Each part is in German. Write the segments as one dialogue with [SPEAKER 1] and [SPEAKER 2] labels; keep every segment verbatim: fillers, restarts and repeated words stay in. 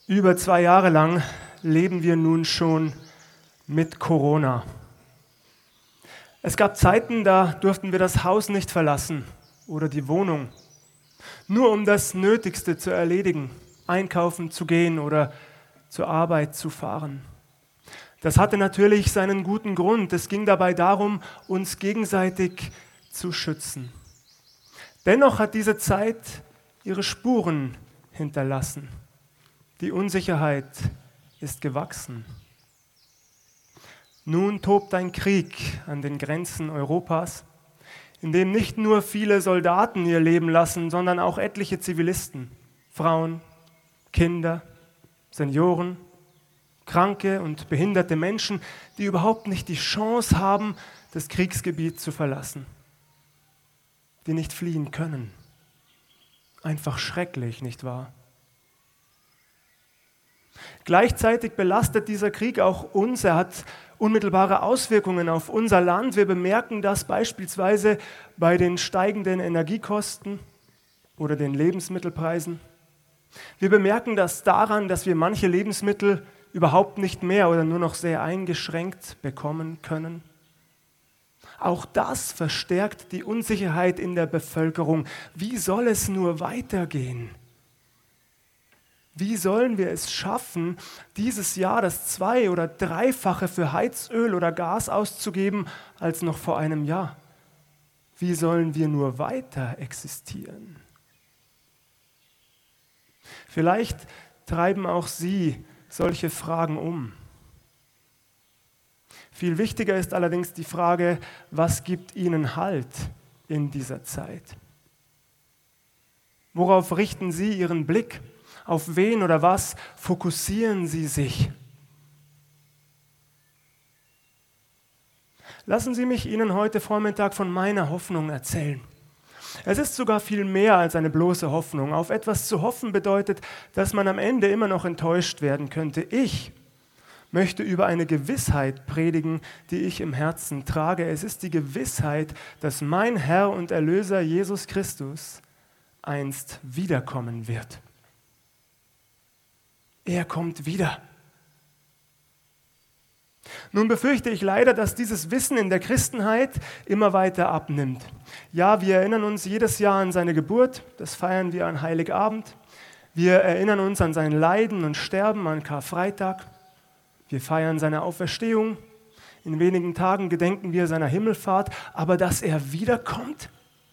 [SPEAKER 1] Über zwei Jahre lang leben wir nun schon mit Corona. Es gab Zeiten, da durften wir das Haus nicht verlassen oder die Wohnung, nur um das Nötigste zu erledigen, einkaufen zu gehen oder zur Arbeit zu fahren. Das hatte natürlich seinen guten Grund. Es ging dabei darum, uns gegenseitig zu schützen. Dennoch hat diese Zeit ihre Spuren hinterlassen. Die Unsicherheit ist gewachsen. Nun tobt ein Krieg an den Grenzen Europas, in dem nicht nur viele Soldaten ihr Leben lassen, sondern auch etliche Zivilisten, Frauen, Kinder, Senioren, kranke und behinderte Menschen, die überhaupt nicht die Chance haben, das Kriegsgebiet zu verlassen, die nicht fliehen können. Einfach schrecklich, nicht wahr? Gleichzeitig belastet dieser Krieg auch uns. Er hat unmittelbare Auswirkungen auf unser Land. Wir bemerken das beispielsweise bei den steigenden Energiekosten oder den Lebensmittelpreisen. Wir bemerken das daran, dass wir manche Lebensmittel überhaupt nicht mehr oder nur noch sehr eingeschränkt bekommen können. Auch das verstärkt die Unsicherheit in der Bevölkerung. Wie soll es nur weitergehen? Wie sollen wir es schaffen, dieses Jahr das zwei- oder dreifache für Heizöl oder Gas auszugeben als noch vor einem Jahr? Wie sollen wir nur weiter existieren? Vielleicht treiben auch Sie solche Fragen um. Viel wichtiger ist allerdings die Frage, was gibt Ihnen Halt in dieser Zeit? Worauf richten Sie Ihren Blick? Auf wen oder was fokussieren Sie sich? Lassen Sie mich Ihnen heute Vormittag von meiner Hoffnung erzählen. Es ist sogar viel mehr als eine bloße Hoffnung. Auf etwas zu hoffen bedeutet, dass man am Ende immer noch enttäuscht werden könnte. Ich möchte über eine Gewissheit predigen, die ich im Herzen trage. Es ist die Gewissheit, dass mein Herr und Erlöser Jesus Christus einst wiederkommen wird. Er kommt wieder. Nun befürchte ich leider, dass dieses Wissen in der Christenheit immer weiter abnimmt. Ja, wir erinnern uns jedes Jahr an seine Geburt, das feiern wir an Heiligabend. Wir erinnern uns an sein Leiden und Sterben an Karfreitag. Wir feiern seine Auferstehung. In wenigen Tagen gedenken wir seiner Himmelfahrt. Aber dass er wiederkommt,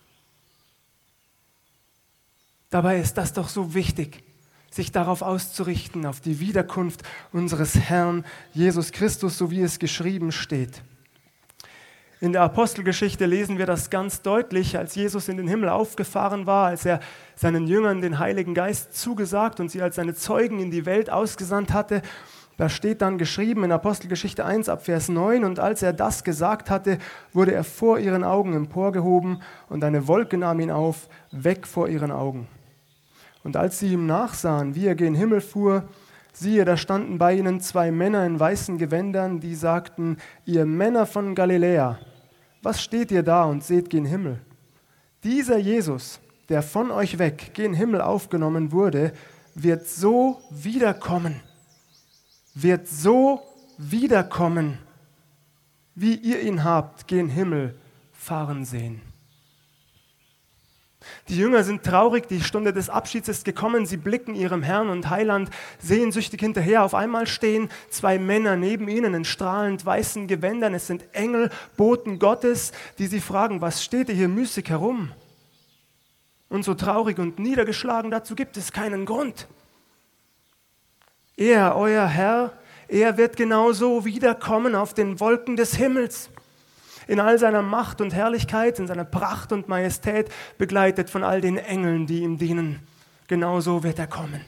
[SPEAKER 1] dabei ist das doch so wichtig, sich darauf auszurichten, auf die Wiederkunft unseres Herrn Jesus Christus, so wie es geschrieben steht. In der Apostelgeschichte lesen wir das ganz deutlich, als Jesus in den Himmel aufgefahren war, als er seinen Jüngern den Heiligen Geist zugesagt und sie als seine Zeugen in die Welt ausgesandt hatte. Da steht dann geschrieben in Apostelgeschichte eins ab Vers neun, und als er das gesagt hatte, wurde er vor ihren Augen emporgehoben und eine Wolke nahm ihn auf, weg vor ihren Augen. Und als sie ihm nachsahen, wie er gen Himmel fuhr, siehe, da standen bei ihnen zwei Männer in weißen Gewändern, die sagten: Ihr Männer von Galiläa, was steht ihr da und seht gen Himmel? Dieser Jesus, der von euch weg gen Himmel aufgenommen wurde, wird so wiederkommen, wird so wiederkommen, wie ihr ihn habt gen Himmel fahren sehen. Die Jünger sind traurig, die Stunde des Abschieds ist gekommen, sie blicken ihrem Herrn und Heiland sehnsüchtig hinterher. Auf einmal stehen zwei Männer neben ihnen in strahlend weißen Gewändern. Es sind Engel, Boten Gottes, die sie fragen: Was steht ihr hier müßig herum? Und so traurig und niedergeschlagen, dazu gibt es keinen Grund. Er, euer Herr, er wird genauso wiederkommen auf den Wolken des Himmels. In all seiner Macht und Herrlichkeit, in seiner Pracht und Majestät, begleitet von all den Engeln, die ihm dienen. Genauso wird er kommen.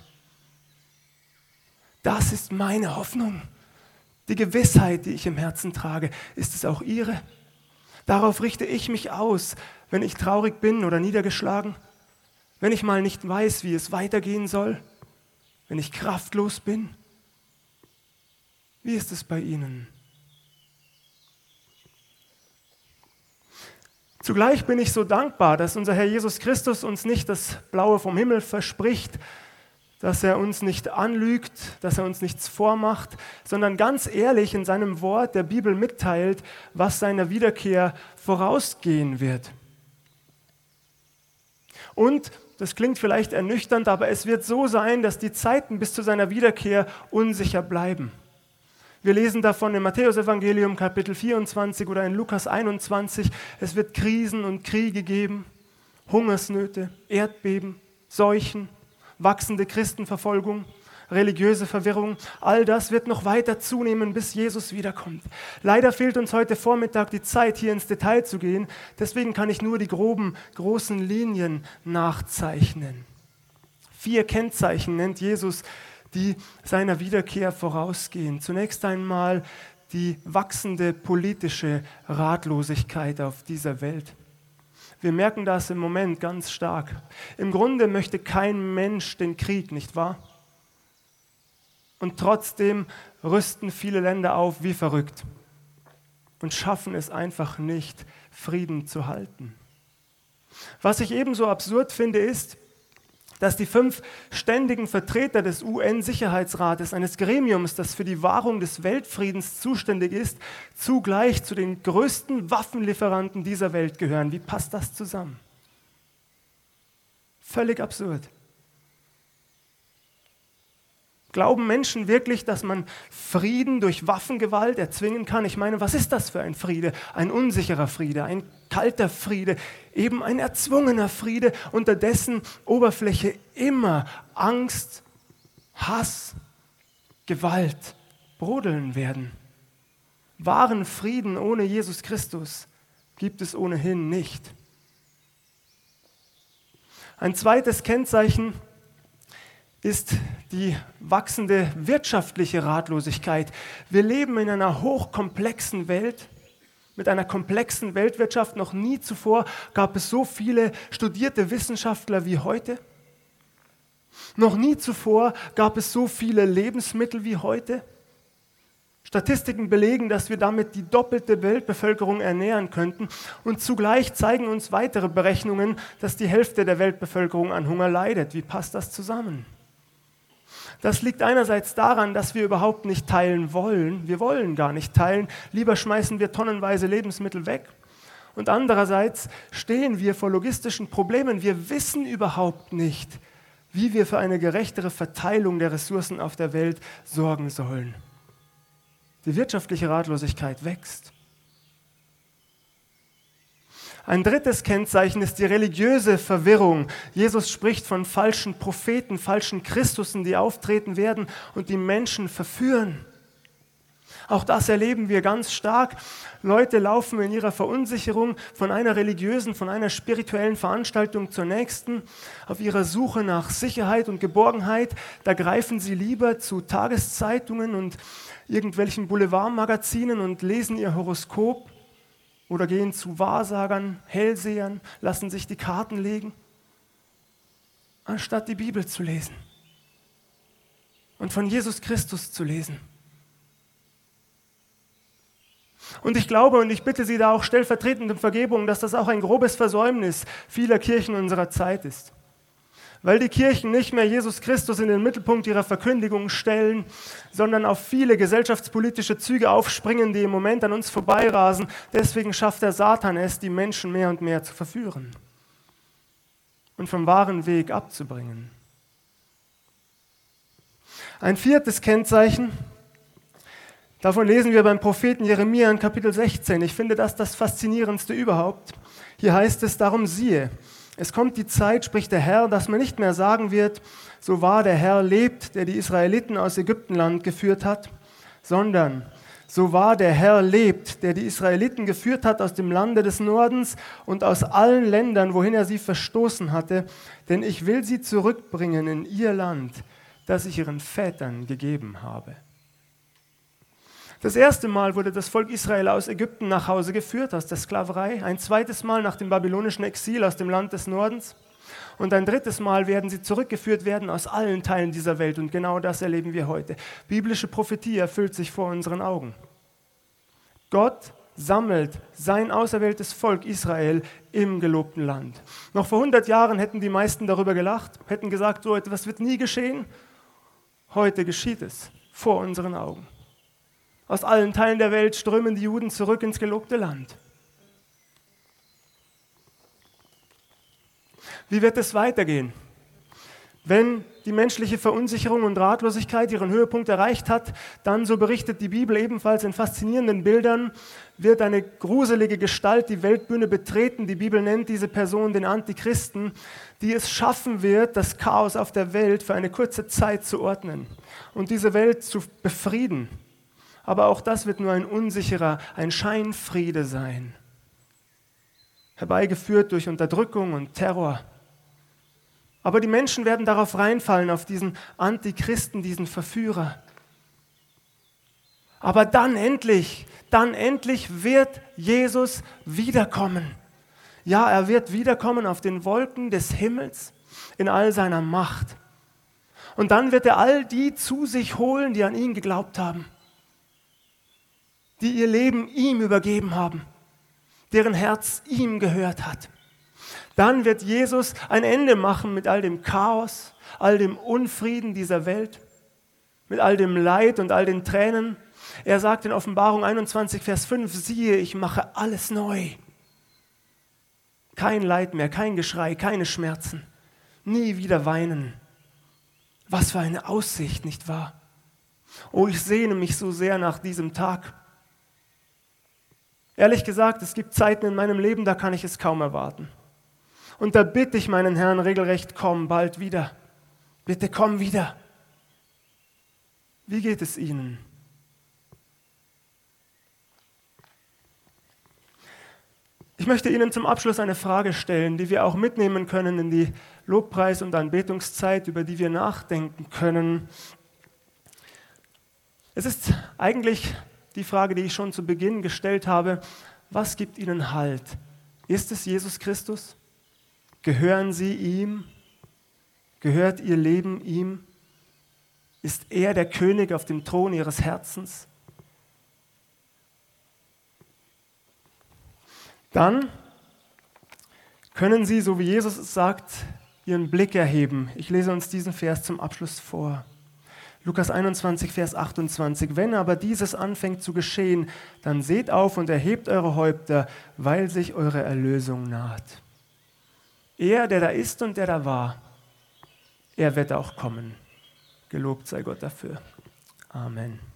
[SPEAKER 1] Das ist meine Hoffnung. Die Gewissheit, die ich im Herzen trage. Ist es auch Ihre? Darauf richte ich mich aus, wenn ich traurig bin oder niedergeschlagen, wenn ich mal nicht weiß, wie es weitergehen soll, wenn ich kraftlos bin. Wie ist es bei Ihnen? Zugleich bin ich so dankbar, dass unser Herr Jesus Christus uns nicht das Blaue vom Himmel verspricht, dass er uns nicht anlügt, dass er uns nichts vormacht, sondern ganz ehrlich in seinem Wort der Bibel mitteilt, was seiner Wiederkehr vorausgehen wird. Und, das klingt vielleicht ernüchternd, aber es wird so sein, dass die Zeiten bis zu seiner Wiederkehr unsicher bleiben. Wir lesen davon im Matthäusevangelium Kapitel vierundzwanzig oder in Lukas einundzwanzig. Es wird Krisen und Kriege geben, Hungersnöte, Erdbeben, Seuchen, wachsende Christenverfolgung, religiöse Verwirrung. All das wird noch weiter zunehmen, bis Jesus wiederkommt. Leider fehlt uns heute Vormittag die Zeit, hier ins Detail zu gehen. Deswegen kann ich nur die groben, großen Linien nachzeichnen. Vier Kennzeichen nennt Jesus, die seiner Wiederkehr vorausgehen. Zunächst einmal die wachsende politische Ratlosigkeit auf dieser Welt. Wir merken das im Moment ganz stark. Im Grunde möchte kein Mensch den Krieg, nicht wahr? Und trotzdem rüsten viele Länder auf wie verrückt und schaffen es einfach nicht, Frieden zu halten. Was ich ebenso absurd finde, ist, dass die fünf ständigen Vertreter des U N-Sicherheitsrates, eines Gremiums, das für die Wahrung des Weltfriedens zuständig ist, zugleich zu den größten Waffenlieferanten dieser Welt gehören. Wie passt das zusammen? Völlig absurd. Glauben Menschen wirklich, dass man Frieden durch Waffengewalt erzwingen kann? Ich meine, was ist das für ein Friede? Ein unsicherer Friede, ein kalter Friede, eben ein erzwungener Friede, unter dessen Oberfläche immer Angst, Hass, Gewalt brodeln werden. Wahren Frieden ohne Jesus Christus gibt es ohnehin nicht. Ein zweites Kennzeichen ist die wachsende wirtschaftliche Ratlosigkeit. Wir leben in einer hochkomplexen Welt, mit einer komplexen Weltwirtschaft. Noch nie zuvor gab es so viele studierte Wissenschaftler wie heute. Noch nie zuvor gab es so viele Lebensmittel wie heute. Statistiken belegen, dass wir damit die doppelte Weltbevölkerung ernähren könnten. Und zugleich zeigen uns weitere Berechnungen, dass die Hälfte der Weltbevölkerung an Hunger leidet. Wie passt das zusammen? Das liegt einerseits daran, dass wir überhaupt nicht teilen wollen. Wir wollen gar nicht teilen. Lieber schmeißen wir tonnenweise Lebensmittel weg. Und andererseits stehen wir vor logistischen Problemen. Wir wissen überhaupt nicht, wie wir für eine gerechtere Verteilung der Ressourcen auf der Welt sorgen sollen. Die wirtschaftliche Ratlosigkeit wächst. Ein drittes Kennzeichen ist die religiöse Verwirrung. Jesus spricht von falschen Propheten, falschen Christussen, die auftreten werden und die Menschen verführen. Auch das erleben wir ganz stark. Leute laufen in ihrer Verunsicherung von einer religiösen, von einer spirituellen Veranstaltung zur nächsten. Auf ihrer Suche nach Sicherheit und Geborgenheit, da greifen sie lieber zu Tageszeitungen und irgendwelchen Boulevardmagazinen und lesen ihr Horoskop. Oder gehen zu Wahrsagern, Hellsehern, lassen sich die Karten legen, anstatt die Bibel zu lesen und von Jesus Christus zu lesen. Und ich glaube und ich bitte Sie da auch stellvertretend um Vergebung, dass das auch ein grobes Versäumnis vieler Kirchen unserer Zeit ist. Weil die Kirchen nicht mehr Jesus Christus in den Mittelpunkt ihrer Verkündigung stellen, sondern auf viele gesellschaftspolitische Züge aufspringen, die im Moment an uns vorbeirasen. Deswegen schafft der Satan es, die Menschen mehr und mehr zu verführen und vom wahren Weg abzubringen. Ein viertes Kennzeichen, davon lesen wir beim Propheten Jeremia in Kapitel sechzehn. Ich finde das das Faszinierendste überhaupt. Hier heißt es, darum siehe, es kommt die Zeit, spricht der Herr, dass man nicht mehr sagen wird, so wahr der Herr lebt, der die Israeliten aus Ägyptenland geführt hat, sondern so wahr der Herr lebt, der die Israeliten geführt hat aus dem Lande des Nordens und aus allen Ländern, wohin er sie verstoßen hatte, denn ich will sie zurückbringen in ihr Land, das ich ihren Vätern gegeben habe. Das erste Mal wurde das Volk Israel aus Ägypten nach Hause geführt, aus der Sklaverei. Ein zweites Mal nach dem babylonischen Exil aus dem Land des Nordens. Und ein drittes Mal werden sie zurückgeführt werden aus allen Teilen dieser Welt. Und genau das erleben wir heute. Biblische Prophetie erfüllt sich vor unseren Augen. Gott sammelt sein auserwähltes Volk Israel im gelobten Land. Noch vor hundert Jahren hätten die meisten darüber gelacht, hätten gesagt, so etwas wird nie geschehen. Heute geschieht es vor unseren Augen. Aus allen Teilen der Welt strömen die Juden zurück ins gelobte Land. Wie wird es weitergehen? Wenn die menschliche Verunsicherung und Ratlosigkeit ihren Höhepunkt erreicht hat, dann, so berichtet die Bibel ebenfalls in faszinierenden Bildern, wird eine gruselige Gestalt die Weltbühne betreten. Die Bibel nennt diese Person den Antichristen, die es schaffen wird, das Chaos auf der Welt für eine kurze Zeit zu ordnen und diese Welt zu befrieden. Aber auch das wird nur ein unsicherer, ein Scheinfriede sein, herbeigeführt durch Unterdrückung und Terror. Aber die Menschen werden darauf reinfallen, auf diesen Antichristen, diesen Verführer. Aber dann endlich, dann endlich wird Jesus wiederkommen. Ja, er wird wiederkommen auf den Wolken des Himmels in all seiner Macht. Und dann wird er all die zu sich holen, die an ihn geglaubt haben, die ihr Leben ihm übergeben haben, deren Herz ihm gehört hat. Dann wird Jesus ein Ende machen mit all dem Chaos, all dem Unfrieden dieser Welt, mit all dem Leid und all den Tränen. Er sagt in Offenbarung einundzwanzig, Vers fünf, siehe, ich mache alles neu. Kein Leid mehr, kein Geschrei, keine Schmerzen, nie wieder weinen. Was für eine Aussicht, nicht wahr? Oh, ich sehne mich so sehr nach diesem Tag. Ehrlich gesagt, es gibt Zeiten in meinem Leben, da kann ich es kaum erwarten. Und da bitte ich meinen Herrn regelrecht, komm bald wieder. Bitte komm wieder. Wie geht es Ihnen? Ich möchte Ihnen zum Abschluss eine Frage stellen, die wir auch mitnehmen können in die Lobpreis- und Anbetungszeit, über die wir nachdenken können. Es ist eigentlich die Frage, die ich schon zu Beginn gestellt habe: Was gibt Ihnen Halt? Ist es Jesus Christus? Gehören Sie ihm? Gehört Ihr Leben ihm? Ist er der König auf dem Thron Ihres Herzens? Dann können Sie, so wie Jesus es sagt, Ihren Blick erheben. Ich lese uns diesen Vers zum Abschluss vor. Lukas einundzwanzig, Vers achtundzwanzig. Wenn aber dieses anfängt zu geschehen, dann seht auf und erhebt eure Häupter, weil sich eure Erlösung naht. Er, der da ist und der da war, er wird auch kommen. Gelobt sei Gott dafür. Amen.